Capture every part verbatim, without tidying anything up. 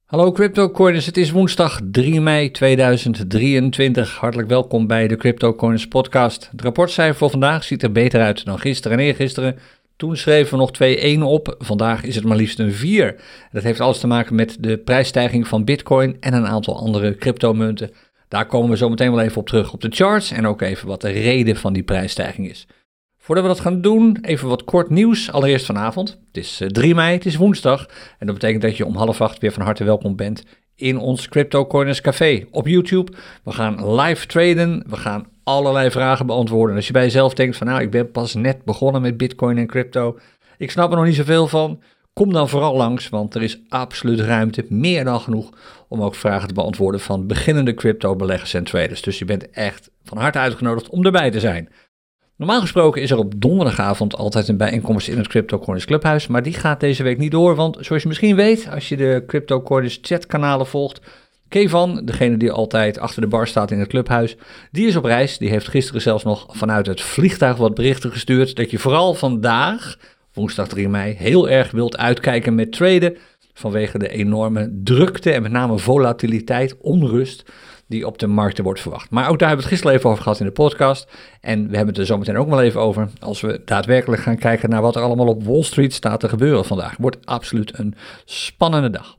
Hallo CryptoCoiners, het is woensdag drie mei tweeduizend drieëntwintig. Hartelijk welkom bij de CryptoCoiners podcast. Het rapportcijfer voor vandaag ziet er beter uit dan gisteren en eergisteren. Toen schreven we nog twee één op, vandaag is het maar liefst een vier. Dat heeft alles te maken met de prijsstijging van Bitcoin en een aantal andere cryptomunten. Daar komen we zo meteen wel even op terug op de charts en ook even wat de reden van die prijsstijging is. Voordat we dat gaan doen, even wat kort nieuws. Allereerst vanavond. Het is drie mei, het is woensdag. En dat betekent dat je om half acht weer van harte welkom bent in ons CryptoCoiners Café op YouTube. We gaan live traden, we gaan allerlei vragen beantwoorden. En als je bij jezelf denkt van nou, ik ben pas net begonnen met Bitcoin en crypto. Ik snap er nog niet zoveel van. Kom dan vooral langs, want er is absoluut ruimte, meer dan genoeg, om ook vragen te beantwoorden van beginnende crypto-beleggers en traders. Dus je bent echt van harte uitgenodigd om erbij te zijn. Normaal gesproken is er op donderdagavond altijd een bijeenkomst in het CryptoCoiners Clubhuis, maar die gaat deze week niet door, want zoals je misschien weet, als je de CryptoCoiners chatkanalen volgt, Kevan, degene die altijd achter de bar staat in het clubhuis, die is op reis. Die heeft gisteren zelfs nog vanuit het vliegtuig wat berichten gestuurd dat je vooral vandaag, woensdag drie mei, heel erg wilt uitkijken met traden vanwege de enorme drukte en met name volatiliteit, onrust, die op de markten wordt verwacht. Maar ook daar hebben we het gisteren even over gehad in de podcast. En we hebben het er zo meteen ook wel even over als we daadwerkelijk gaan kijken naar wat er allemaal op Wall Street staat te gebeuren vandaag. Wordt absoluut een spannende dag.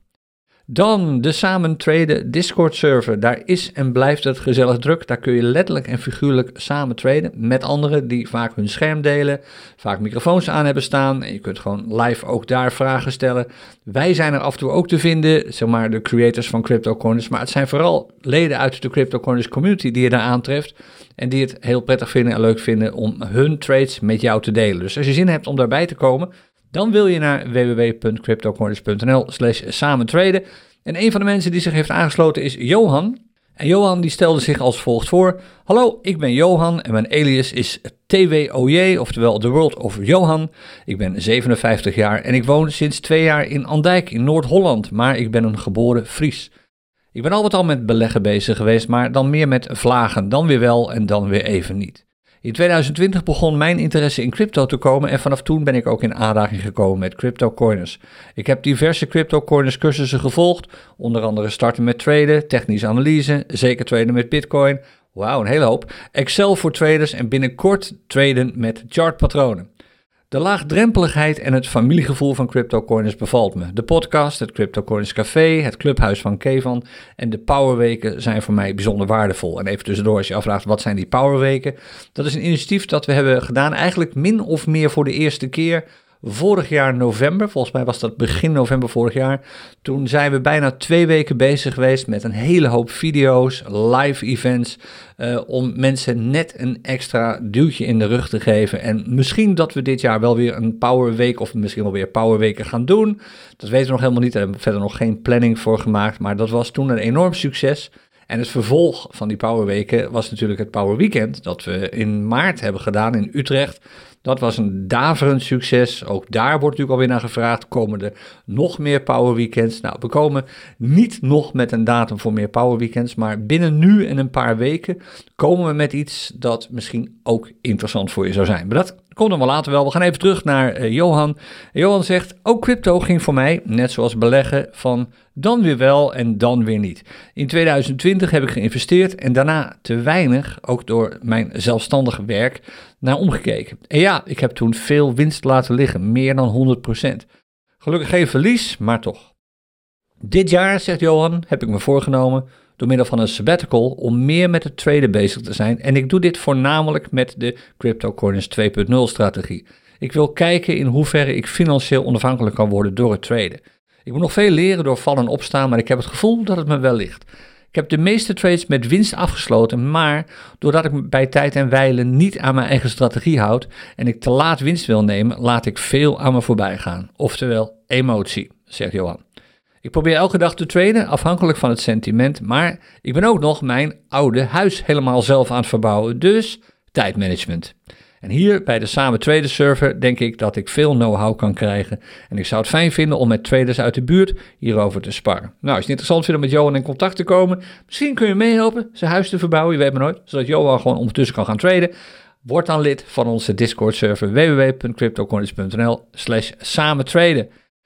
Dan de Samen Traden Discord server. Daar is en blijft het gezellig druk. Daar kun je letterlijk en figuurlijk samen traden met anderen die vaak hun scherm delen, vaak microfoons aan hebben staan. En je kunt gewoon live ook daar vragen stellen. Wij zijn er af en toe ook te vinden, zeg maar de creators van CryptoCoiners. Maar het zijn vooral leden uit de CryptoCoiners community die je daar aantreft. En die het heel prettig vinden en leuk vinden om hun trades met jou te delen. Dus als je zin hebt om daarbij te komen, dan wil je naar w w w punt cryptocoiners punt n l slash samentraden. En een van de mensen die zich heeft aangesloten is Johan. En Johan die stelde zich als volgt voor. Hallo, ik ben Johan en mijn alias is T W O J, oftewel The World of Johan. Ik ben zevenenvijftig jaar en ik woon sinds twee jaar in Andijk in Noord-Holland, maar ik ben een geboren Fries. Ik ben al wat al met beleggen bezig geweest, maar dan meer met vlagen, dan weer wel en dan weer even niet. In tweeduizend twintig begon mijn interesse in crypto te komen en vanaf toen ben ik ook in aanraking gekomen met CryptoCoiners. Ik heb diverse CryptoCoiners cursussen gevolgd, onder andere starten met traden, technische analyse, zeker traden met Bitcoin, wauw een hele hoop, Excel voor traders en binnenkort traden met chartpatronen. De laagdrempeligheid en het familiegevoel van CryptoCoiners bevalt me. De podcast, het CryptoCoiners Café, het clubhuis van Kevan en de Powerweken zijn voor mij bijzonder waardevol. En even tussendoor als je afvraagt wat zijn die Powerweken? Dat is een initiatief dat we hebben gedaan eigenlijk min of meer voor de eerste keer vorig jaar november. Volgens mij was dat begin november vorig jaar. Toen zijn we bijna twee weken bezig geweest met een hele hoop video's, live events, uh, om mensen net een extra duwtje in de rug te geven. En misschien dat we dit jaar wel weer een Powerweek of misschien wel weer Powerweken gaan doen. Dat weten we nog helemaal niet. Daar hebben we verder nog geen planning voor gemaakt. Maar dat was toen een enorm succes. En het vervolg van die Powerweken was natuurlijk het Power Weekend dat we in maart hebben gedaan in Utrecht. Dat was een daverend succes. Ook daar wordt natuurlijk alweer naar gevraagd. Komen er nog meer Power Weekends? Nou, we komen niet nog met een datum voor meer Power Weekends. Maar binnen nu en een paar weken komen we met iets dat misschien ook interessant voor je zou zijn. Maar dat komt dan wel later wel. We gaan even terug naar uh, Johan. Johan zegt, ook crypto ging voor mij, net zoals beleggen, van dan weer wel en dan weer niet. In tweeduizend twintig heb ik geïnvesteerd en daarna te weinig, ook door mijn zelfstandig werk, naar omgekeken. En ja, ik heb toen veel winst laten liggen, meer dan honderd procent. Gelukkig geen verlies, maar toch. Dit jaar, zegt Johan, heb ik me voorgenomen door middel van een sabbatical om meer met het traden bezig te zijn. En ik doe dit voornamelijk met de CryptoCoiners twee punt nul strategie. Ik wil kijken in hoeverre ik financieel onafhankelijk kan worden door het traden. Ik moet nog veel leren door vallen en opstaan, maar ik heb het gevoel dat het me wel ligt. Ik heb de meeste trades met winst afgesloten, maar doordat ik me bij tijd en wijle niet aan mijn eigen strategie houd en ik te laat winst wil nemen, laat ik veel aan me voorbij gaan. Oftewel emotie, zegt Johan. Ik probeer elke dag te traden, afhankelijk van het sentiment, maar ik ben ook nog mijn oude huis helemaal zelf aan het verbouwen, dus tijdmanagement. En hier bij de Samen Traden server denk ik dat ik veel know-how kan krijgen en ik zou het fijn vinden om met traders uit de buurt hierover te sparren. Nou, als je het interessant vindt om met Johan in contact te komen, misschien kun je meehelpen zijn huis te verbouwen, je weet maar nooit, zodat Johan gewoon ondertussen kan gaan traden. Word dan lid van onze Discord server w w w punt cryptocoiners punt n l slash samentraden.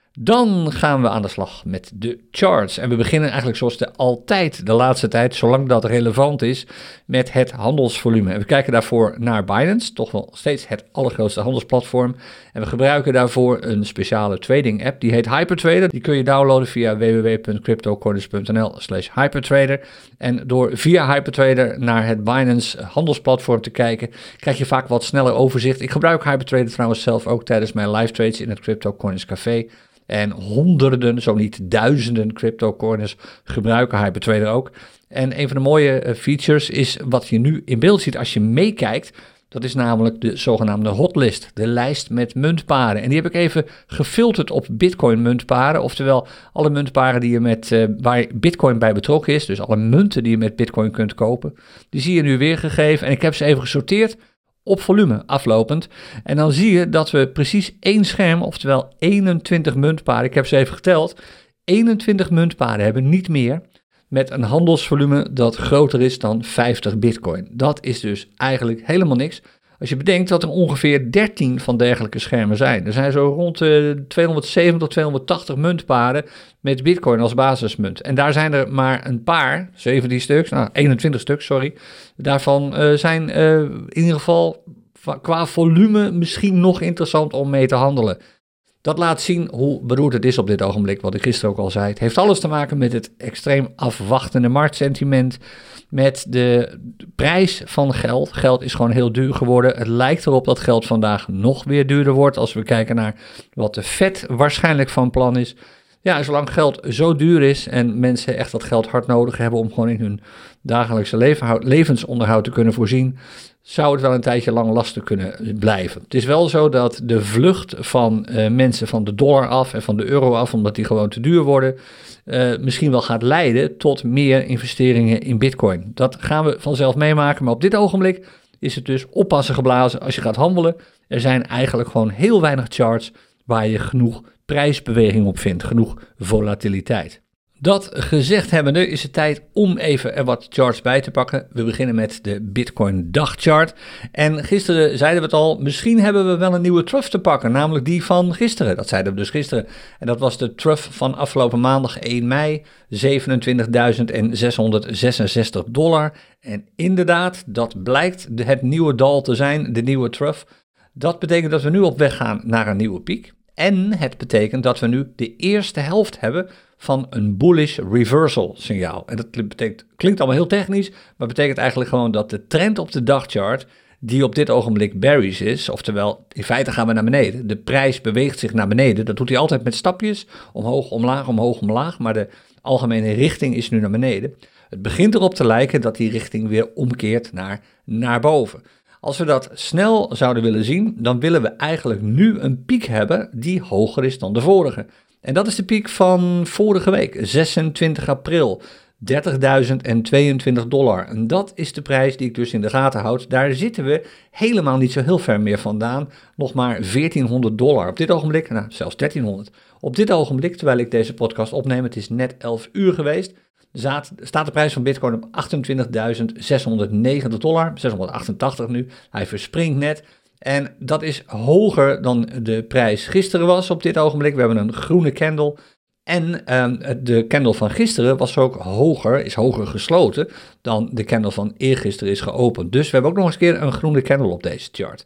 Dan gaan we aan de slag met de charts. En we beginnen eigenlijk zoals de altijd de laatste tijd, zolang dat relevant is, met het handelsvolume. En we kijken daarvoor naar Binance, toch wel steeds het allergrootste handelsplatform. En we gebruiken daarvoor een speciale trading app, die heet Hypertrader. Die kun je downloaden via w w w punt cryptocoiners punt n l slash hypertrader. En door via Hypertrader naar het Binance handelsplatform te kijken, krijg je vaak wat sneller overzicht. Ik gebruik Hypertrader trouwens zelf ook tijdens mijn live trades in het CryptoCoiners Café. En honderden, zo niet duizenden cryptocoiners gebruiken Hypertrader ook. En een van de mooie features is wat je nu in beeld ziet als je meekijkt. Dat is namelijk de zogenaamde hotlist, de lijst met muntparen. En die heb ik even gefilterd op Bitcoin muntparen. Oftewel alle muntparen die je met, uh, waar Bitcoin bij betrokken is. Dus alle munten die je met Bitcoin kunt kopen. Die zie je nu weergegeven. En ik heb ze even gesorteerd op volume aflopend. En dan zie je dat we precies één scherm, oftewel eenentwintig muntparen, ik heb ze even geteld, eenentwintig muntparen hebben, niet meer, met een handelsvolume dat groter is dan vijftig bitcoin. Dat is dus eigenlijk helemaal niks. Als je bedenkt dat er ongeveer dertien van dergelijke schermen zijn. Er zijn zo rond uh, tweehonderdzeventig, tweehonderdtachtig muntparen met bitcoin als basismunt. En daar zijn er maar een paar, zeventien stuks, nou eenentwintig stuks, sorry. Daarvan uh, zijn uh, in ieder geval qua volume misschien nog interessant om mee te handelen. Dat laat zien hoe beroerd het is op dit ogenblik, wat ik gisteren ook al zei. Het heeft alles te maken met het extreem afwachtende marktsentiment, met de prijs van geld. Geld is gewoon heel duur geworden. Het lijkt erop dat geld vandaag nog weer duurder wordt als we kijken naar wat de Fed waarschijnlijk van plan is. Ja, zolang geld zo duur is en mensen echt dat geld hard nodig hebben om gewoon in hun dagelijkse leven, levensonderhoud te kunnen voorzien, zou het wel een tijdje lang lastig kunnen blijven. Het is wel zo dat de vlucht van uh, mensen van de dollar af en van de euro af, omdat die gewoon te duur worden, uh, misschien wel gaat leiden tot meer investeringen in bitcoin. Dat gaan we vanzelf meemaken, maar op dit ogenblik is het dus oppassen geblazen als je gaat handelen. Er zijn eigenlijk gewoon heel weinig charts waar je genoeg prijsbeweging op vindt, genoeg volatiliteit. Dat gezegd hebbende is het tijd om even er wat charts bij te pakken. We beginnen met de Bitcoin dagchart. En gisteren zeiden we het al, misschien hebben we wel een nieuwe trough te pakken, namelijk die van gisteren. Dat zeiden we dus gisteren. En dat was de trough van afgelopen maandag één mei, zevenentwintigduizend zeshonderdzesenzestig dollar. En inderdaad, dat blijkt het nieuwe dal te zijn, de nieuwe trough. Dat betekent dat we nu op weg gaan naar een nieuwe piek. En het betekent dat we nu de eerste helft hebben van een bullish reversal signaal. En dat betekent, klinkt allemaal heel technisch, maar betekent eigenlijk gewoon dat de trend op de dagchart, die op dit ogenblik bearish is, oftewel in feite gaan we naar beneden. De prijs beweegt zich naar beneden. Dat doet hij altijd met stapjes, omhoog, omlaag, omhoog, omlaag, maar de algemene richting is nu naar beneden. Het begint erop te lijken dat die richting weer omkeert naar, naar boven. Als we dat snel zouden willen zien, dan willen we eigenlijk nu een piek hebben die hoger is dan de vorige. En dat is de piek van vorige week, zesentwintig april, dertigduizend tweeëntwintig dollar. En dat is de prijs die ik dus in de gaten houd. Daar zitten we helemaal niet zo heel ver meer vandaan. Nog maar veertienhonderd dollar op dit ogenblik, nou zelfs dertienhonderd. Op dit ogenblik, terwijl ik deze podcast opneem, het is net elf uur geweest, staat de prijs van Bitcoin op achtentwintigduizend zeshonderdnegentig dollar, zeshonderdachtentachtig nu. Hij verspringt net. En dat is hoger dan de prijs gisteren was op dit ogenblik. We hebben een groene candle. En uh, de candle van gisteren was ook hoger, is hoger gesloten dan de candle van eergisteren is geopend. Dus we hebben ook nog eens een keer een groene candle op deze chart.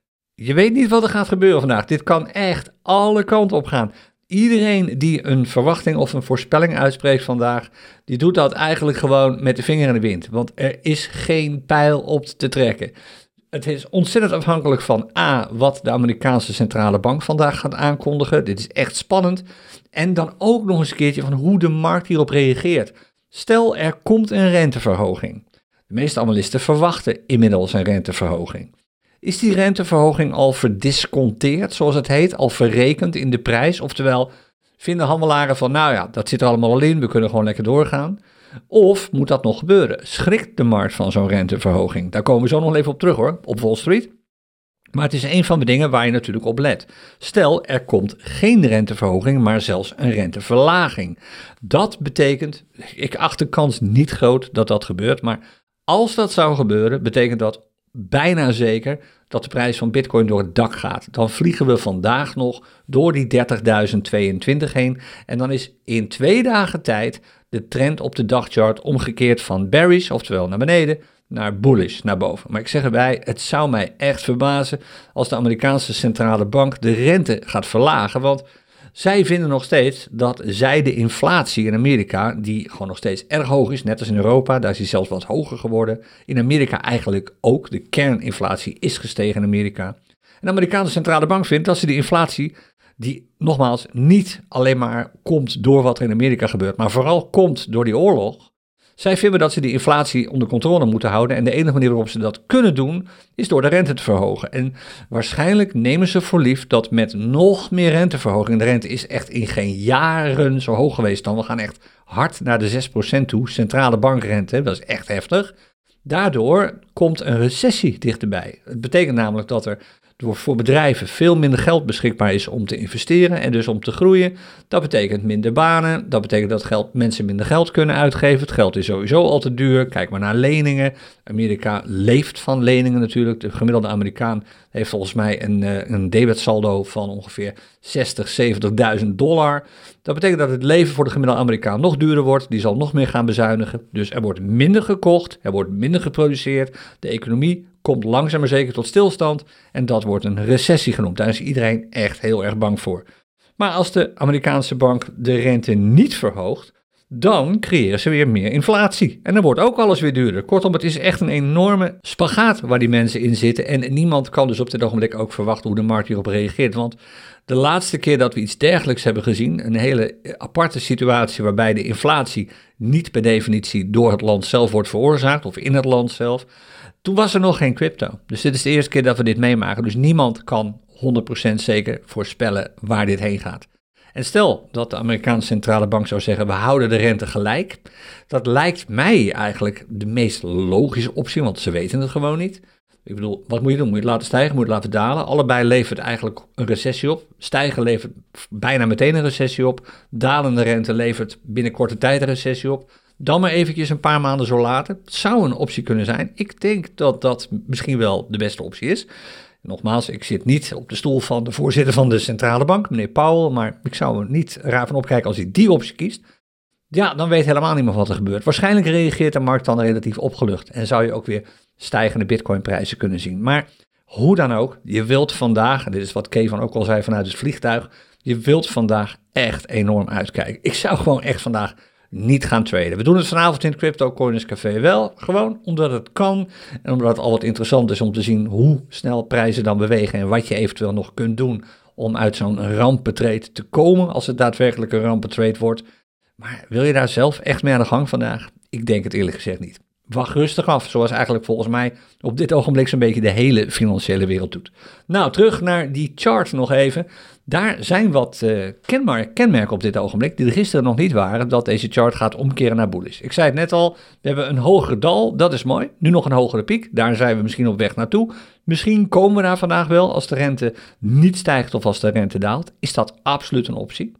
Je weet niet wat er gaat gebeuren vandaag. Dit kan echt alle kanten op gaan. Iedereen die een verwachting of een voorspelling uitspreekt vandaag, die doet dat eigenlijk gewoon met de vinger in de wind. Want er is geen pijl op te trekken. Het is ontzettend afhankelijk van A, wat de Amerikaanse centrale bank vandaag gaat aankondigen. Dit is echt spannend. En dan ook nog eens een keertje van hoe de markt hierop reageert. Stel, er komt een renteverhoging. De meeste analisten verwachten inmiddels een renteverhoging. Is die renteverhoging al verdisconteerd, zoals het heet, al verrekend in de prijs? Oftewel, vinden handelaren van, nou ja, dat zit er allemaal al in, we kunnen gewoon lekker doorgaan. Of moet dat nog gebeuren? Schrikt de markt van zo'n renteverhoging? Daar komen we zo nog even op terug hoor, op Wall Street. Maar het is een van de dingen waar je natuurlijk op let. Stel, er komt geen renteverhoging, maar zelfs een renteverlaging. Dat betekent, ik acht de kans niet groot dat dat gebeurt, maar als dat zou gebeuren, betekent dat bijna zeker dat de prijs van Bitcoin door het dak gaat. Dan vliegen we vandaag nog door die dertigduizend tweeëntwintig heen. En dan is in twee dagen tijd de trend op de dagchart omgekeerd van bearish, oftewel naar beneden, naar bullish, naar boven. Maar ik zeg erbij, het zou mij echt verbazen als de Amerikaanse centrale bank de rente gaat verlagen, want zij vinden nog steeds dat zij de inflatie in Amerika, die gewoon nog steeds erg hoog is, net als in Europa, daar is die zelfs wat hoger geworden. In Amerika eigenlijk ook, de kerninflatie is gestegen in Amerika. En de Amerikaanse centrale bank vindt dat ze die inflatie, die nogmaals niet alleen maar komt door wat er in Amerika gebeurt, maar vooral komt door die oorlog. Zij vinden dat ze die inflatie onder controle moeten houden en de enige manier waarop ze dat kunnen doen, is door de rente te verhogen. En waarschijnlijk nemen ze voor lief dat met nog meer renteverhoging, de rente is echt in geen jaren zo hoog geweest dan, we gaan echt hard naar de zes procent toe, centrale bankrente, dat is echt heftig. Daardoor komt een recessie dichterbij. Het betekent namelijk dat er door voor bedrijven veel minder geld beschikbaar is om te investeren en dus om te groeien. Dat betekent minder banen, dat betekent dat geld, mensen minder geld kunnen uitgeven. Het geld is sowieso al te duur, kijk maar naar leningen. Amerika leeft van leningen natuurlijk. De gemiddelde Amerikaan heeft volgens mij een, een debetsaldo van ongeveer zestig, zeventigduizend dollar. Dat betekent dat het leven voor de gemiddelde Amerikaan nog duurder wordt. Die zal nog meer gaan bezuinigen. Dus er wordt minder gekocht, er wordt minder geproduceerd. De economie komt langzaam maar zeker tot stilstand en dat wordt een recessie genoemd. Daar is iedereen echt heel erg bang voor. Maar als de Amerikaanse bank de rente niet verhoogt, dan creëren ze weer meer inflatie. En dan wordt ook alles weer duurder. Kortom, het is echt een enorme spagaat waar die mensen in zitten. En niemand kan dus op dit ogenblik ook verwachten hoe de markt hierop reageert. Want de laatste keer dat we iets dergelijks hebben gezien, een hele aparte situatie waarbij de inflatie niet per definitie door het land zelf wordt veroorzaakt of in het land zelf, toen was er nog geen crypto. Dus dit is de eerste keer dat we dit meemaken. Dus niemand kan honderd procent zeker voorspellen waar dit heen gaat. En stel dat de Amerikaanse centrale bank zou zeggen, we houden de rente gelijk. Dat lijkt mij eigenlijk de meest logische optie, want ze weten het gewoon niet. Ik bedoel, wat moet je doen? Moet je het laten stijgen, moet je het laten dalen? Allebei levert eigenlijk een recessie op. Stijgen levert bijna meteen een recessie op. Dalende rente levert binnen korte tijd een recessie op. Dan maar eventjes een paar maanden zo later. Het zou een optie kunnen zijn. Ik denk dat dat misschien wel de beste optie is. Nogmaals, ik zit niet op de stoel van de voorzitter van de centrale bank, meneer Powell, maar ik zou er niet raar van opkijken als hij die optie kiest. Ja, dan weet helemaal niemand wat er gebeurt. Waarschijnlijk reageert de markt dan relatief opgelucht en zou je ook weer stijgende bitcoinprijzen kunnen zien. Maar hoe dan ook, je wilt vandaag, en dit is wat Kevan ook al zei vanuit het vliegtuig, je wilt vandaag echt enorm uitkijken. Ik zou gewoon echt vandaag niet gaan traden. We doen het vanavond in het Crypto Coiners Café wel, gewoon omdat het kan en omdat het al wat interessant is om te zien hoe snel prijzen dan bewegen en wat je eventueel nog kunt doen om uit zo'n rampentrade te komen als het daadwerkelijk een rampentrade wordt. Maar wil je daar zelf echt mee aan de gang vandaag? Ik denk het eerlijk gezegd niet. Wacht rustig af, zoals eigenlijk volgens mij op dit ogenblik zo'n beetje de hele financiële wereld doet. Nou, terug naar die chart nog even. Daar zijn wat uh, kenmerken, kenmerken op dit ogenblik die er gisteren nog niet waren, dat deze chart gaat omkeren naar bullish. Ik zei het net al, we hebben een hoger dal, dat is mooi. Nu nog een hogere piek, daar zijn we misschien op weg naartoe. Misschien komen we daar vandaag wel als de rente niet stijgt of als de rente daalt. Is dat absoluut een optie.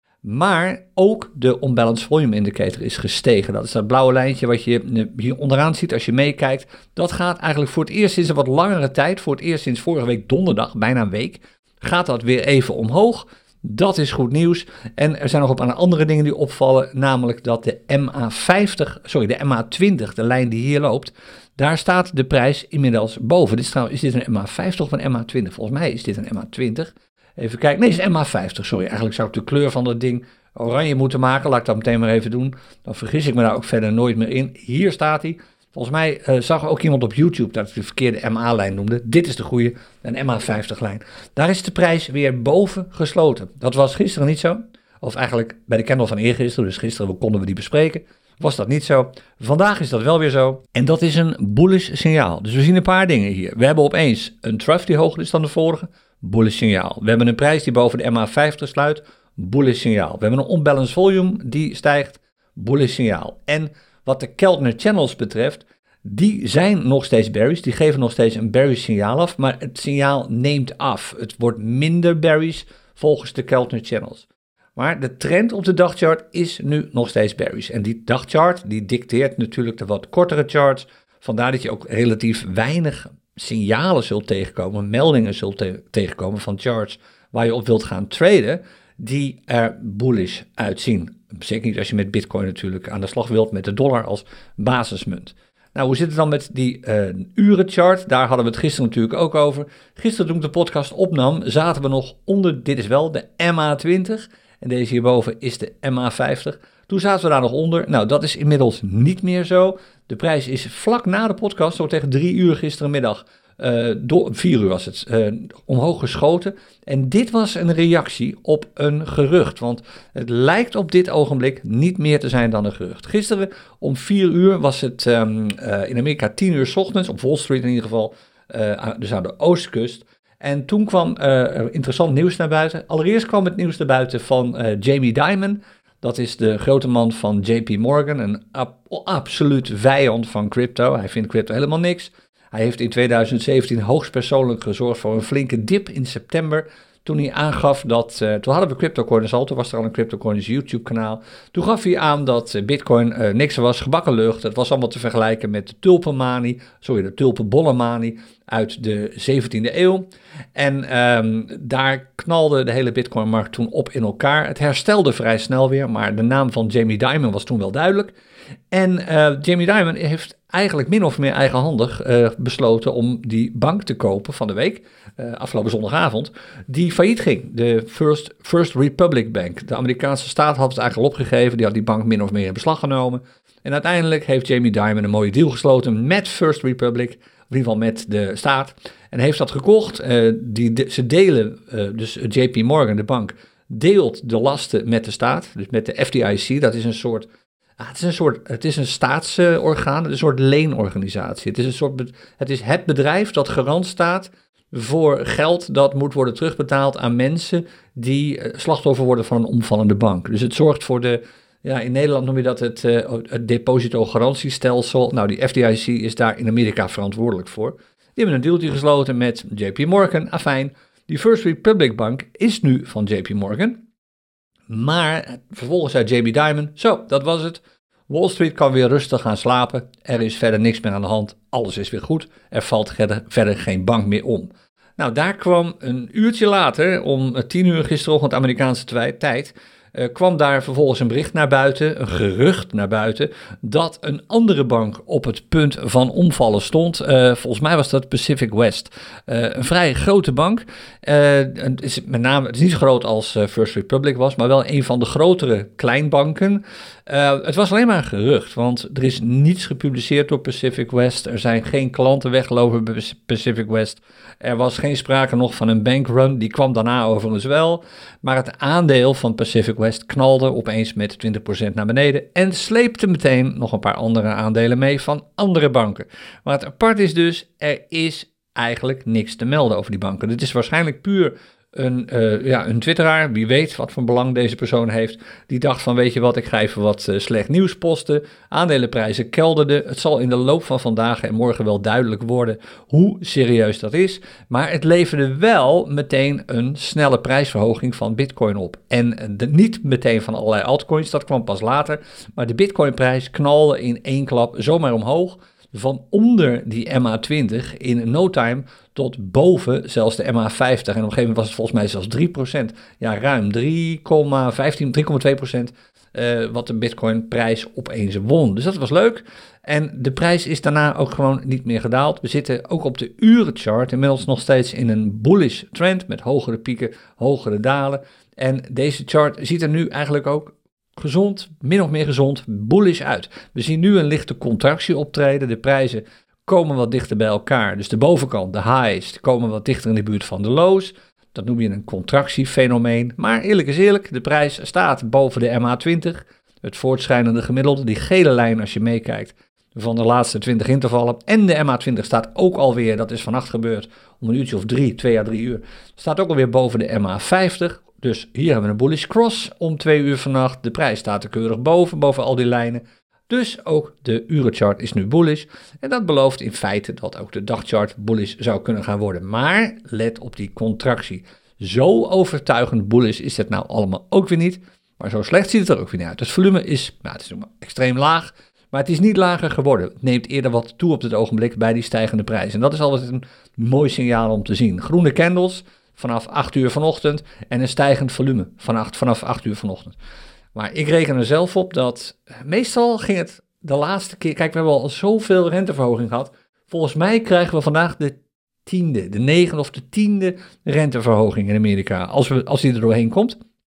Maar ook de unbalanced volume indicator is gestegen. Dat is dat blauwe lijntje wat je hier onderaan ziet als je meekijkt. Dat gaat eigenlijk voor het eerst sinds een wat langere tijd, voor het eerst sinds vorige week donderdag, bijna een week, gaat dat weer even omhoog. Dat is goed nieuws. En er zijn nog een paar andere dingen die opvallen, namelijk dat de M A vijftig, sorry, de M A twintig, de lijn die hier loopt, daar staat de prijs inmiddels boven. Dit is, trouwens, is dit een M A vijftig of een M A twintig? Volgens mij is dit een M A twintig. Even kijken. Nee, het is een M A vijftig, sorry. Eigenlijk zou ik de kleur van dat ding oranje moeten maken. Laat ik dat meteen maar even doen. Dan vergis ik me daar ook verder nooit meer in. Hier staat hij. Volgens mij uh, zag ook iemand op YouTube dat ik de verkeerde M A-lijn noemde. Dit is de goede, een M A vijftig-lijn. Daar is de prijs weer boven gesloten. Dat was gisteren niet zo. Of eigenlijk bij de candle van eergisteren, dus gisteren konden we die bespreken. Was dat niet zo. Vandaag is dat wel weer zo. En dat is een bullish signaal. Dus we zien een paar dingen hier. We hebben opeens een trough die hoger is dan de vorige. Bullish signaal. We hebben een prijs die boven de M A vijftig sluit. Bullish signaal. We hebben een unbalanced volume die stijgt. Bullish signaal. En wat de Keltner channels betreft, die zijn nog steeds bearish. Die geven nog steeds een bearish signaal af. Maar het signaal neemt af. Het wordt minder bearish volgens de Keltner channels. Maar de trend op de dagchart is nu nog steeds bearish. En die dagchart die dicteert natuurlijk de wat kortere charts Vandaar dat je ook relatief weinig signalen zult tegenkomen, meldingen zult te- tegenkomen van charts waar je op wilt gaan traden, die er bullish uitzien. Zeker niet als je met Bitcoin natuurlijk aan de slag wilt met de dollar als basismunt. Nou, hoe zit het dan met die uh, urenchart? Daar hadden we het gisteren natuurlijk ook over. Gisteren toen ik de podcast opnam, zaten we nog onder, dit is wel de M A twintig en deze hierboven is de M A vijftig. Toen zaten we daar nog onder. Nou, dat is inmiddels niet meer zo. De prijs is vlak na de podcast, zo tegen drie uur gisterenmiddag, uh, door, vier uur was het, uh, omhoog geschoten. En dit was een reactie op een gerucht, want het lijkt op dit ogenblik niet meer te zijn dan een gerucht. Gisteren om vier uur was het um, uh, in Amerika tien uur 's ochtends, op Wall Street in ieder geval, uh, dus aan de oostkust. En toen kwam uh, interessant nieuws naar buiten. Allereerst kwam het nieuws naar buiten van uh, Jamie Dimon. Dat is de grote man van J P Morgan, een ab- absoluut vijand van crypto. Hij vindt crypto helemaal niks. Hij heeft in tweeduizend zeventien hoogstpersoonlijk gezorgd voor een flinke dip in september. Toen hij aangaf dat, uh, toen hadden we CryptoCoins al, toen was er al een CryptoCoins YouTube kanaal. Toen gaf hij aan dat uh, Bitcoin uh, niks was, gebakken lucht. Het was allemaal te vergelijken met de tulpenmanie, sorry, de tulpenbollenmanie uit de zeventiende eeuw. En um, daar knalde de hele Bitcoinmarkt toen op in elkaar. Het herstelde vrij snel weer, maar de naam van Jamie Dimon was toen wel duidelijk. En uh, Jamie Dimon heeft eigenlijk min of meer eigenhandig uh, besloten om die bank te kopen van de week, uh, afgelopen zondagavond, die failliet ging. De First, First Republic Bank. De Amerikaanse staat had het eigenlijk al opgegeven, die had die bank min of meer in beslag genomen. En uiteindelijk heeft Jamie Dimon een mooie deal gesloten met First Republic, in ieder geval met de staat, en heeft dat gekocht. Uh, die de, ze delen, uh, dus J P Morgan, de bank, deelt de lasten met de staat, dus met de F D I C, dat is een soort... Ah, het is een soort, het is een staatsorgaan, het is een soort leenorganisatie. Het is, een soort, het is het bedrijf dat garant staat voor geld dat moet worden terugbetaald aan mensen die slachtoffer worden van een omvallende bank. Dus het zorgt voor de, ja, in Nederland noem je dat het, uh, het depositogarantiestelsel. Nou, die F D I C is daar in Amerika verantwoordelijk voor. Die hebben een dealtje gesloten met J P Morgan. Afijn, die First Republic Bank is nu van J P Morgan. Maar vervolgens zei Jamie Dimon, zo, dat was het. Wall Street kan weer rustig gaan slapen. Er is verder niks meer aan de hand. Alles is weer goed. Er valt verder geen bank meer om. Nou, daar kwam een uurtje later, om tien uur gisterochtend Amerikaanse twi- tijd, uh, kwam daar vervolgens een bericht naar buiten, een gerucht naar buiten, dat een andere bank op het punt van omvallen stond. Uh, volgens mij was dat Pacific West. Uh, een vrij grote bank. Uh, het is met name, het is niet zo groot als uh, First Republic was, maar wel een van de grotere kleinbanken. Uh, het was alleen maar een gerucht, want er is niets gepubliceerd door Pacific West. Er zijn geen klanten weggelopen bij Pacific West. Er was geen sprake nog van een bankrun, die kwam daarna overigens wel. Maar het aandeel van Pacific West knalde opeens met twintig procent naar beneden en sleepte meteen nog een paar andere aandelen mee van andere banken. Maar het apart is dus, er is eigenlijk niks te melden over die banken. Dit is waarschijnlijk puur een, uh, ja, een twitteraar, wie weet wat voor belang deze persoon heeft, die dacht van weet je wat, ik ga even wat uh, slecht nieuws posten. Aandelenprijzen kelderden. Het zal in de loop van vandaag en morgen wel duidelijk worden hoe serieus dat is. Maar het leverde wel meteen een snelle prijsverhoging van Bitcoin op. En de, niet meteen van allerlei altcoins, dat kwam pas later. Maar de Bitcoinprijs knalde in één klap zomaar omhoog. Van onder die M A twintig in no time tot boven zelfs de M A vijftig. En op een gegeven moment was het volgens mij zelfs drie procent. Ja, ruim drie komma vijftien, drie komma twee procent uh, wat de Bitcoin-prijs opeens won. Dus dat was leuk. En de prijs is daarna ook gewoon niet meer gedaald. We zitten ook op de urenchart inmiddels nog steeds in een bullish trend met hogere pieken, hogere dalen. En deze chart ziet er nu eigenlijk ook gezond, min of meer gezond, bullish uit. We zien nu een lichte contractie optreden. De prijzen komen wat dichter bij elkaar. Dus de bovenkant, de highs, komen wat dichter in de buurt van de lows. Dat noem je een contractiefenomeen. Maar eerlijk is eerlijk, de prijs staat boven de M A twintig. Het voortschrijdende gemiddelde, die gele lijn als je meekijkt, van de laatste twintig intervallen. En de M A twintig staat ook alweer, dat is vannacht gebeurd, om een uurtje of drie, twee à drie uur, staat ook alweer boven de M A vijftig. Dus hier hebben we een bullish cross om twee uur vannacht. De prijs staat er keurig boven, boven al die lijnen. Dus ook de urenchart is nu bullish. En dat belooft in feite dat ook de dagchart bullish zou kunnen gaan worden. Maar let op die contractie. Zo overtuigend bullish is het nou allemaal ook weer niet. Maar zo slecht ziet het er ook weer niet uit. Het volume is, nou, het is extreem laag. Maar het is niet lager geworden. Het neemt eerder wat toe op dit ogenblik bij die stijgende prijzen. En dat is altijd een mooi signaal om te zien. Groene candles vanaf acht uur vanochtend en een stijgend volume vanaf, vanaf acht uur vanochtend. Maar ik reken er zelf op dat meestal ging het de laatste keer... Kijk, we hebben al zoveel renteverhoging gehad. Volgens mij krijgen we vandaag de tiende, de negende of de tiende renteverhoging in Amerika. Als, we, als die er doorheen komt.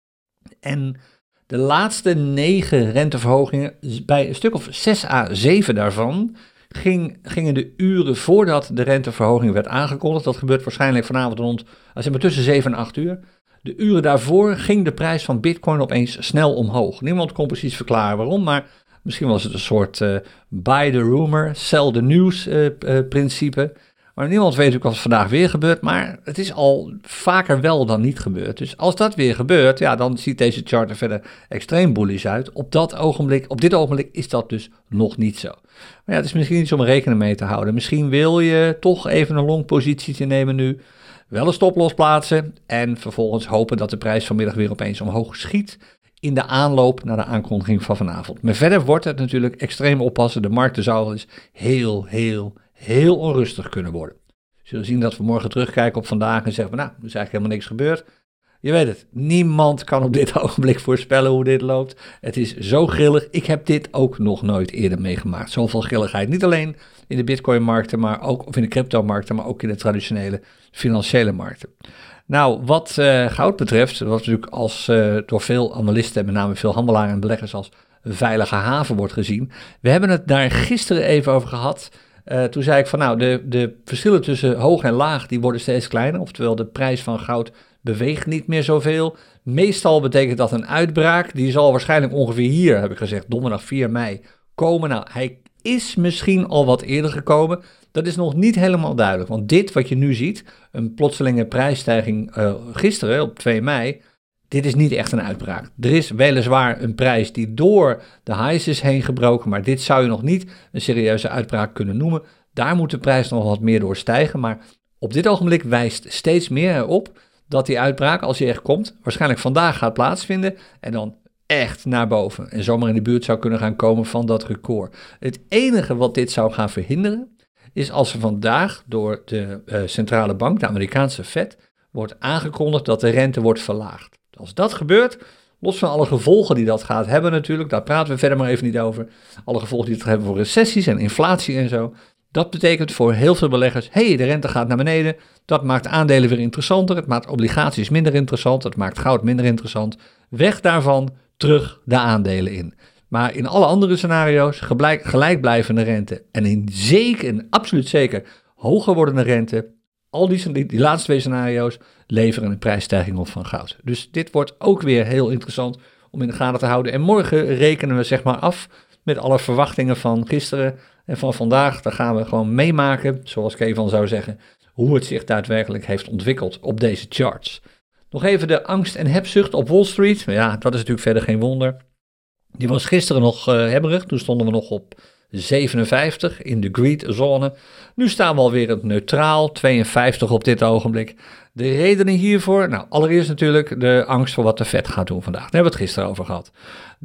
En de laatste negen renteverhogingen, bij een stuk of zes à zeven daarvan, ging, gingen de uren voordat de renteverhoging werd aangekondigd. Dat gebeurt waarschijnlijk vanavond rond, zeg maar tussen zeven en acht uur. De uren daarvoor ging de prijs van Bitcoin opeens snel omhoog. Niemand kon precies verklaren waarom, maar misschien was het een soort uh, buy the rumor, sell the news uh, uh, principe. Maar niemand weet ook wat vandaag weer gebeurt, maar het is al vaker wel dan niet gebeurd. Dus als dat weer gebeurt, ja, dan ziet deze chart er verder extreem bullish uit. Op dat ogenblik, op dit ogenblik is dat dus nog niet zo. Maar ja, het is misschien iets om rekening mee te houden. Misschien wil je toch even een long positie nemen nu, wel een stoploss plaatsen en vervolgens hopen dat de prijs vanmiddag weer opeens omhoog schiet in de aanloop naar de aankondiging van vanavond. Maar verder wordt het natuurlijk extreem oppassen. De markten zou wel eens heel, heel, heel onrustig kunnen worden. We zullen zien dat we morgen terugkijken op vandaag en zeggen, nou, er is eigenlijk helemaal niks gebeurd. Je weet het, niemand kan op dit ogenblik voorspellen hoe dit loopt. Het is zo grillig. Ik heb dit ook nog nooit eerder meegemaakt. Zoveel grilligheid. Niet alleen in de Bitcoin-markten, maar ook, of in de crypto-markten, maar ook in de traditionele financiële markten. Nou, wat uh, goud betreft, wat natuurlijk als uh, door veel analisten, met name veel handelaren en beleggers, als een veilige haven wordt gezien. We hebben het daar gisteren even over gehad. Uh, toen zei ik van nou, de, de verschillen tussen hoog en laag, die worden steeds kleiner. Oftewel, de prijs van goud beweegt niet meer zoveel. Meestal betekent dat een uitbraak. Die zal waarschijnlijk ongeveer hier, heb ik gezegd, donderdag vier mei komen. Nou, hij is misschien al wat eerder gekomen. Dat is nog niet helemaal duidelijk. Want dit wat je nu ziet, een plotselinge prijsstijging uh, gisteren op twee mei... Dit is niet echt een uitbraak. Er is weliswaar een prijs die door de highs is heen gebroken, maar dit zou je nog niet een serieuze uitbraak kunnen noemen. Daar moet de prijs nog wat meer door stijgen, maar op dit ogenblik wijst steeds meer erop dat die uitbraak, als die echt komt, waarschijnlijk vandaag gaat plaatsvinden en dan echt naar boven. En zomaar in de buurt zou kunnen gaan komen van dat record. Het enige wat dit zou gaan verhinderen, is als er vandaag door de uh, centrale bank, de Amerikaanse Fed, wordt aangekondigd dat de rente wordt verlaagd. Als dat gebeurt, los van alle gevolgen die dat gaat hebben natuurlijk, daar praten we verder maar even niet over, alle gevolgen die het hebben voor recessies en inflatie en zo, dat betekent voor heel veel beleggers, hé, hey, de rente gaat naar beneden, dat maakt aandelen weer interessanter, het maakt obligaties minder interessant, het maakt goud minder interessant, weg daarvan, terug de aandelen in. Maar in alle andere scenario's, gelijk, gelijkblijvende rente en in zeker, en absoluut zeker, hoger wordende rente, al die, die, die laatste twee scenario's leveren een prijsstijging op van goud. Dus dit wordt ook weer heel interessant om in de gaten te houden. En morgen rekenen we zeg maar af met alle verwachtingen van gisteren en van vandaag. Dan gaan we gewoon meemaken, zoals Kevin zou zeggen, hoe het zich daadwerkelijk heeft ontwikkeld op deze charts. Nog even de angst en hebzucht op Wall Street. Ja, dat is natuurlijk verder geen wonder. Die was gisteren nog uh, hebberig. Toen stonden we nog op zevenenvijftig in de greed-zone. Nu staan we alweer op neutraal, tweeënvijftig op dit ogenblik. De redenen hiervoor? Nou, allereerst natuurlijk de angst voor wat de Fed gaat doen vandaag. Daar hebben we het gisteren over gehad.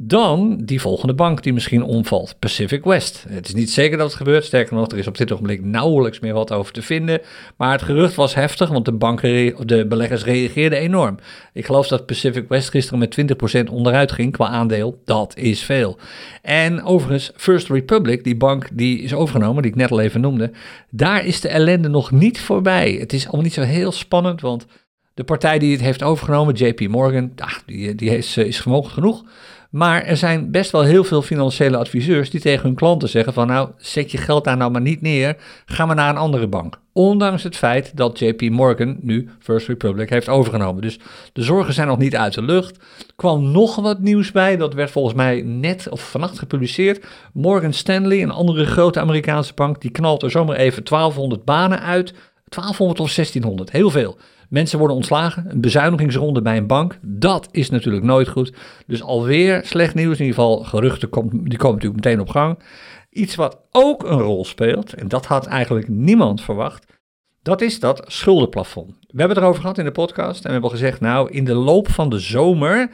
Dan die volgende bank die misschien omvalt, Pacific West. Het is niet zeker dat het gebeurt. Sterker nog, er is op dit ogenblik nauwelijks meer wat over te vinden. Maar het gerucht was heftig, want de banken, de beleggers reageerden enorm. Ik geloof dat Pacific West gisteren met twintig procent onderuit ging qua aandeel. Dat is veel. En overigens, First Republic, die bank die is overgenomen, die ik net al even noemde, daar is de ellende nog niet voorbij. Het is allemaal niet zo heel spannend, want de partij die het heeft overgenomen, J P Morgan, ach, die, die is, is vermogend genoeg. Maar er zijn best wel heel veel financiële adviseurs die tegen hun klanten zeggen van nou, zet je geld daar nou maar niet neer, ga maar naar een andere bank. Ondanks het feit dat J P Morgan nu First Republic heeft overgenomen. Dus de zorgen zijn nog niet uit de lucht. Er kwam nog wat nieuws bij, dat werd volgens mij net of vannacht gepubliceerd. Morgan Stanley, een andere grote Amerikaanse bank, die knalt er zomaar even twaalfhonderd banen uit. twaalfhonderd of zestienhonderd, heel veel. Mensen worden ontslagen, een bezuinigingsronde bij een bank, dat is natuurlijk nooit goed. Dus alweer slecht nieuws, in ieder geval geruchten, komt, die komen natuurlijk meteen op gang. Iets wat ook een rol speelt, en dat had eigenlijk niemand verwacht, dat is dat schuldenplafond. We hebben het erover gehad in de podcast en we hebben gezegd, nou, in de loop van de zomer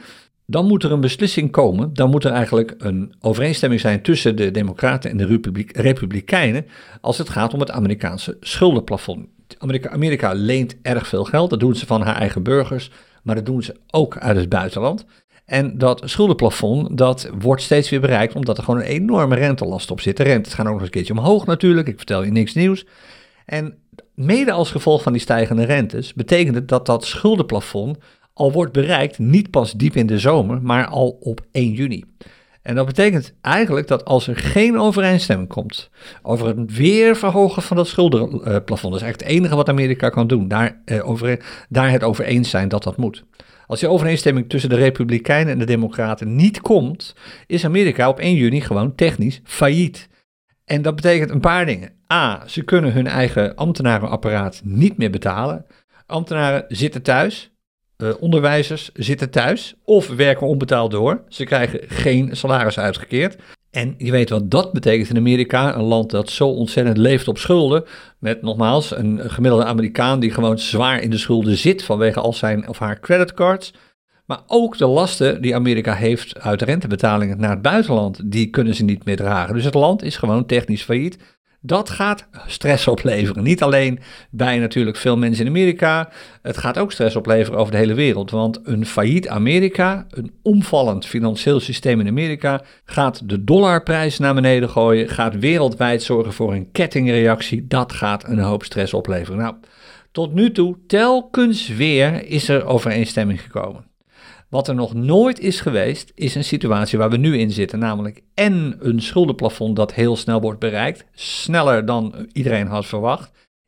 dan moet er een beslissing komen. Dan moet er eigenlijk een overeenstemming zijn tussen de Democraten en de Republiek, Republikeinen als het gaat om het Amerikaanse schuldenplafond. Amerika, Amerika leent erg veel geld, dat doen ze van haar eigen burgers, maar dat doen ze ook uit het buitenland. En dat schuldenplafond, dat wordt steeds weer bereikt omdat er gewoon een enorme rentelast op zit. De rentes gaan ook nog eens een keertje omhoog natuurlijk, ik vertel je niks nieuws. En mede als gevolg van die stijgende rentes betekent het dat dat schuldenplafond al wordt bereikt, niet pas diep in de zomer, maar al op één juni. En dat betekent eigenlijk dat als er geen overeenstemming komt over het weer verhogen van dat schuldenplafond, dat is eigenlijk het enige wat Amerika kan doen, daar, eh, over, daar het over eens zijn dat dat moet. Als die overeenstemming tussen de Republikeinen en de Democraten niet komt, is Amerika op één juni gewoon technisch failliet. En dat betekent een paar dingen. A, ze kunnen hun eigen ambtenarenapparaat niet meer betalen. Ambtenaren zitten thuis. Uh, onderwijzers zitten thuis of werken onbetaald door. Ze krijgen geen salaris uitgekeerd. En je weet wat dat betekent in Amerika, een land dat zo ontzettend leeft op schulden, met nogmaals een gemiddelde Amerikaan die gewoon zwaar in de schulden zit vanwege al zijn of haar creditcards. Maar ook de lasten die Amerika heeft uit rentebetalingen naar het buitenland, die kunnen ze niet meer dragen. Dus het land is gewoon technisch failliet. Dat gaat stress opleveren. Niet alleen bij natuurlijk veel mensen in Amerika. Het gaat ook stress opleveren over de hele wereld. Want een failliet Amerika, een omvallend financieel systeem in Amerika, gaat de dollarprijs naar beneden gooien. Gaat wereldwijd zorgen voor een kettingreactie. Dat gaat een hoop stress opleveren. Nou, tot nu toe, telkens weer is er overeenstemming gekomen. Wat er nog nooit is geweest, is een situatie waar we nu in zitten, namelijk en een schuldenplafond dat heel snel wordt bereikt, sneller dan iedereen had verwacht,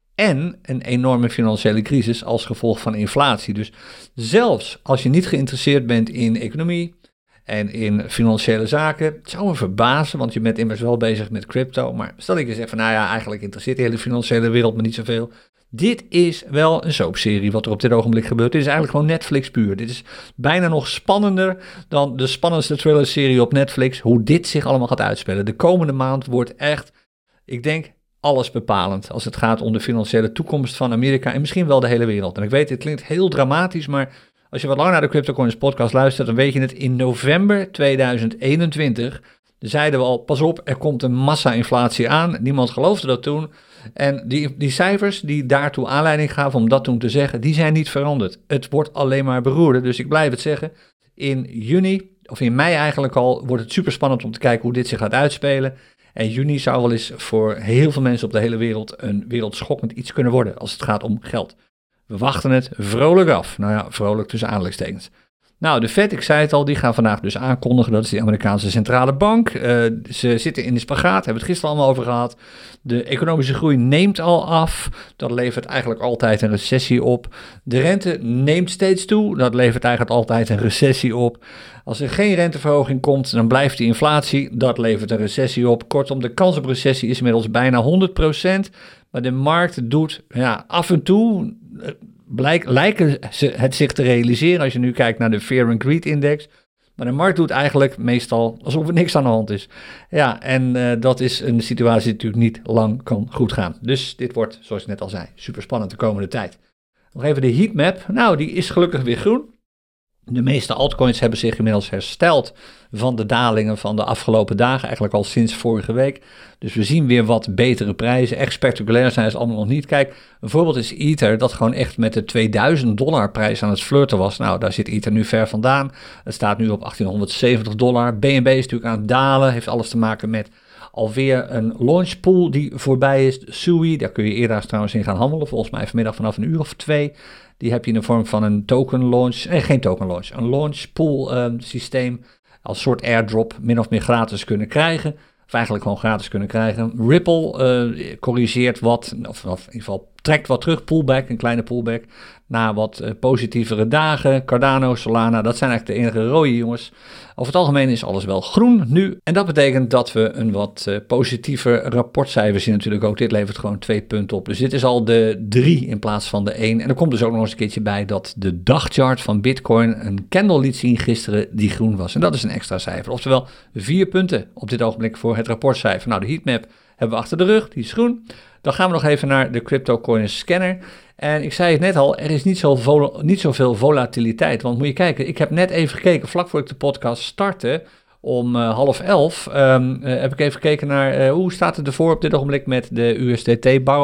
en een enorme financiële crisis als gevolg van inflatie. Dus zelfs als je niet geïnteresseerd bent in economie en in financiële zaken, het zou me verbazen, want je bent immers wel bezig met crypto, maar stel ik je zeg van, nou ja, eigenlijk interesseert de hele financiële wereld me niet zoveel. Dit is wel een soapserie wat er op dit ogenblik gebeurt. Dit is eigenlijk gewoon Netflix puur. Dit is bijna nog spannender dan de spannendste thrillerserie op Netflix. Hoe dit zich allemaal gaat uitspelen. De komende maand wordt echt, ik denk, alles bepalend als het gaat om de financiële toekomst van Amerika en misschien wel de hele wereld. En ik weet, het klinkt heel dramatisch, maar als je wat langer naar de CryptoCoins podcast luistert, dan weet je het. In november tweeduizend eenentwintig zeiden we al, pas op, er komt een massa-inflatie aan. Niemand geloofde dat toen. En die, die cijfers die daartoe aanleiding gaven om dat toen te zeggen, die zijn niet veranderd. Het wordt alleen maar beroerder, dus ik blijf het zeggen. In juni, of in mei eigenlijk al, wordt het super spannend om te kijken hoe dit zich gaat uitspelen. En juni zou wel eens voor heel veel mensen op de hele wereld een wereldschokkend iets kunnen worden als het gaat om geld. We wachten het vrolijk af. Nou ja, vrolijk tussen aanhalingstekens. Nou, de Fed, ik zei het al, die gaan vandaag dus aankondigen, dat is de Amerikaanse centrale bank. Uh, ze zitten in de spagaat, hebben we het gisteren allemaal over gehad. De economische groei neemt al af, dat levert eigenlijk altijd een recessie op. De rente neemt steeds toe, dat levert eigenlijk altijd een recessie op. Als er geen renteverhoging komt, dan blijft die inflatie, dat levert een recessie op. Kortom, de kans op recessie is inmiddels bijna honderd procent, maar de markt doet ja, af en toe... Blijk, lijken ze het zich te realiseren als je nu kijkt naar de Fear and Greed Index. Maar de markt doet eigenlijk meestal alsof er niks aan de hand is. Ja, en uh, dat is een situatie die natuurlijk niet lang kan goed gaan. Dus dit wordt, zoals ik net al zei, super spannend de komende tijd. Nog even de heatmap. Nou, die is gelukkig weer groen. De meeste altcoins hebben zich inmiddels hersteld van de dalingen van de afgelopen dagen, eigenlijk al sinds vorige week. Dus we zien weer wat betere prijzen. Echt spectaculair zijn ze allemaal nog niet. Kijk, een voorbeeld is Ether, dat gewoon echt met de tweeduizend dollar prijs aan het flirten was. Nou, daar zit Ether nu ver vandaan. Het staat nu op achttienhonderdzeventig dollar. B N B is natuurlijk aan het dalen, heeft alles te maken met alweer een launchpool die voorbij is. Sui, daar kun je eerder trouwens in gaan handelen, volgens mij vanmiddag vanaf een uur of twee. Die heb je in de vorm van een token launch, nee, geen token launch, een launch pool uh, systeem als soort airdrop min of meer gratis kunnen krijgen. Of eigenlijk gewoon gratis kunnen krijgen. Ripple uh, corrigeert wat, of, of in ieder geval trekt wat terug, pullback, een kleine pullback, na wat uh, positievere dagen. Cardano, Solana, dat zijn eigenlijk de enige rode jongens. Over het algemeen is alles wel groen nu. En dat betekent dat we een wat uh, positiever rapportcijfer zien natuurlijk ook. Dit levert gewoon twee punten op. Dus dit is al de drie in plaats van de één. En er komt dus ook nog eens een keertje bij dat de dagchart van Bitcoin een candle liet zien gisteren die groen was. En dat is een extra cijfer. Oftewel vier punten op dit ogenblik voor het rapportcijfer. Nou, de heatmap hebben we achter de rug, die is groen. Dan gaan we nog even naar de CryptoCoins scanner. En ik zei het net al, er is niet, zo vol, niet zoveel volatiliteit. Want moet je kijken, ik heb net even gekeken, vlak voor ik de podcast startte, om uh, half elf, um, uh, heb ik even gekeken naar uh, hoe staat het ervoor op dit ogenblik met de U S D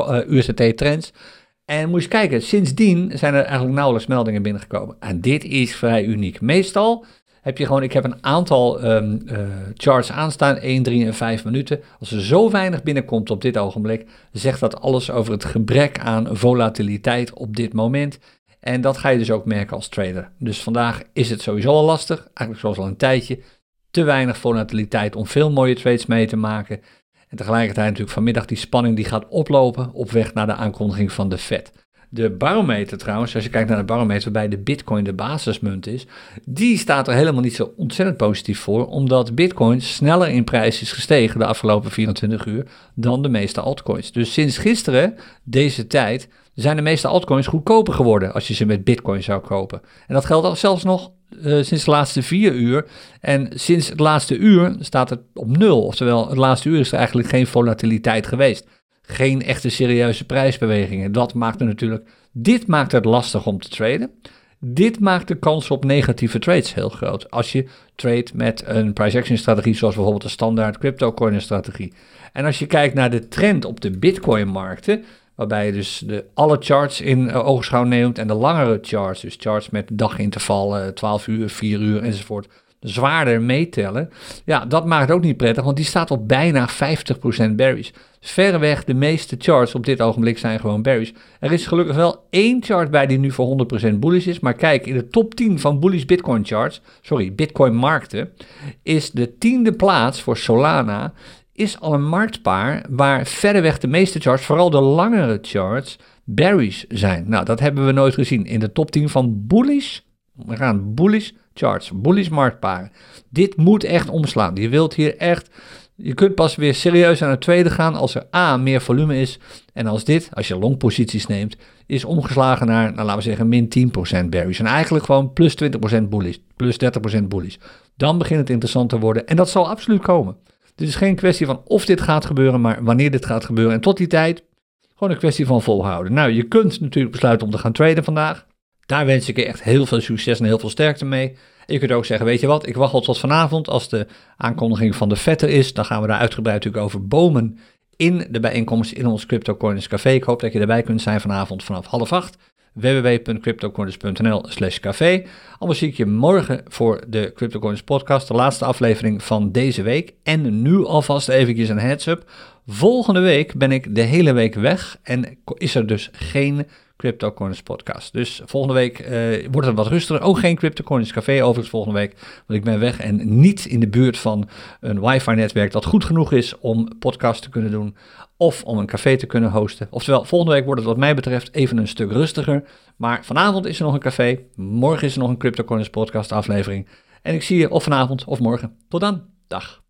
T-trends. En moet je kijken, sindsdien zijn er eigenlijk nauwelijks meldingen binnengekomen. En dit is vrij uniek. Meestal heb je gewoon, ik heb een aantal um, uh, charts aanstaan, één, drie en vijf minuten. Als er zo weinig binnenkomt op dit ogenblik, zegt dat alles over het gebrek aan volatiliteit op dit moment. En dat ga je dus ook merken als trader. Dus vandaag is het sowieso al lastig, eigenlijk zoals al een tijdje. Te weinig volatiliteit om veel mooie trades mee te maken. En tegelijkertijd natuurlijk vanmiddag die spanning die gaat oplopen op weg naar de aankondiging van de Fed. De barometer trouwens, als je kijkt naar de barometer waarbij de bitcoin de basismunt is, die staat er helemaal niet zo ontzettend positief voor, omdat bitcoin sneller in prijs is gestegen de afgelopen vierentwintig uur dan de meeste altcoins. Dus sinds gisteren, deze tijd, zijn de meeste altcoins goedkoper geworden als je ze met bitcoin zou kopen. En dat geldt al zelfs nog uh, sinds de laatste vier uur. En sinds het laatste uur staat het op nul. Oftewel, het laatste uur is er eigenlijk geen volatiliteit geweest. Geen echte serieuze prijsbewegingen. Dat maakt het natuurlijk, dit maakt het lastig om te traden. Dit maakt de kans op negatieve trades heel groot. Als je trade met een price action strategie zoals bijvoorbeeld de standaard cryptocoin strategie. En als je kijkt naar de trend op de bitcoin markten, waarbij je dus de, alle charts in uh, oogschouw neemt en de langere charts, dus charts met dagintervallen, twaalf uur, vier uur enzovoort, zwaarder meetellen. Ja, dat maakt het ook niet prettig, want die staat op bijna vijftig procent bearish. Verreweg de meeste charts op dit ogenblik zijn gewoon bearish. Er is gelukkig wel één chart bij die nu voor honderd procent bullish is, maar kijk, in de top tien van bullish bitcoin charts, sorry, bitcoin markten, is de tiende plaats voor Solana, is al een marktpaar waar verreweg de meeste charts, vooral de langere charts, bearish zijn. Nou, dat hebben we nooit gezien. In de top tien van bullish, we gaan bullish charts, bullish marktparen. Dit moet echt omslaan. Je wilt hier echt, je kunt pas weer serieus aan het tweede gaan als er A, meer volume is. En als dit, als je longposities neemt, is omgeslagen naar, nou, laten we zeggen, min tien procent bearish. En eigenlijk gewoon plus twintig procent bullish, plus dertig procent bullish. Dan begint het interessant te worden en dat zal absoluut komen. Dit is geen kwestie van of dit gaat gebeuren, maar wanneer dit gaat gebeuren. En tot die tijd, gewoon een kwestie van volhouden. Nou, je kunt natuurlijk besluiten om te gaan traden vandaag. Daar wens ik je echt heel veel succes en heel veel sterkte mee. En je kunt ook zeggen, weet je wat, ik wacht al tot vanavond als de aankondiging van de Fed er is. Dan gaan we daar uitgebreid natuurlijk over bomen in de bijeenkomst in ons CryptoCoins Café. Ik hoop dat je erbij kunt zijn vanavond vanaf half acht. w w w punt cryptocoins punt n l slash café. Anders zie ik je morgen voor de CryptoCoins podcast, de laatste aflevering van deze week. En nu alvast eventjes een heads-up. Volgende week ben ik de hele week weg en is er dus geen CryptoCoins podcast. Dus volgende week uh, wordt het wat rustiger. Ook geen CryptoCoins Café overigens volgende week, want ik ben weg en niet in de buurt van een wifi-netwerk dat goed genoeg is om podcast te kunnen doen of om een café te kunnen hosten. Oftewel, volgende week wordt het wat mij betreft even een stuk rustiger. Maar vanavond is er nog een café, morgen is er nog een CryptoCoins podcast aflevering. En ik zie je of vanavond of morgen. Tot dan. Dag.